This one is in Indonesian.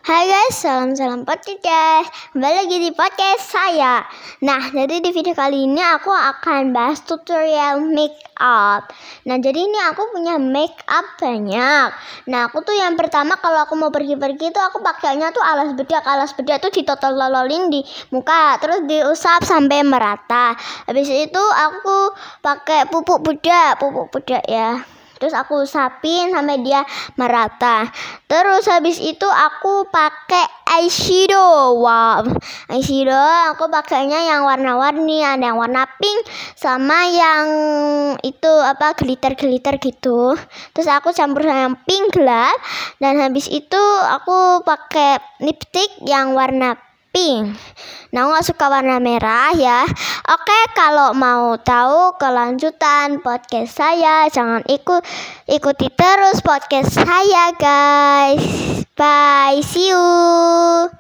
Hai guys, salam podcast guys. Kembali lagi di podcast saya. Nah, jadi di video kali ini aku akan bahas tutorial make up. Nah, jadi ini aku punya make up banyak. Nah, aku tuh yang pertama kalau aku mau pergi-pergi tuh aku pakainya tuh alas bedak. Alas bedak tuh ditotol-tololin di muka, terus diusap sampai merata. Habis itu aku pakai pupuk bedak ya. Terus aku usapin sampai dia merata. Terus habis itu aku pakai eyeshadow. Wow, eyeshadow aku pakainya yang warna-warni, ada yang warna pink sama yang itu glitter gitu. Terus aku campur sama yang pink gelap. Dan habis itu aku pakai lipstick yang warna pink. Nah, aku gak suka warna merah ya. Oke, kalau mau tahu kelanjutan podcast saya, jangan ikuti terus podcast saya guys. Bye, see you.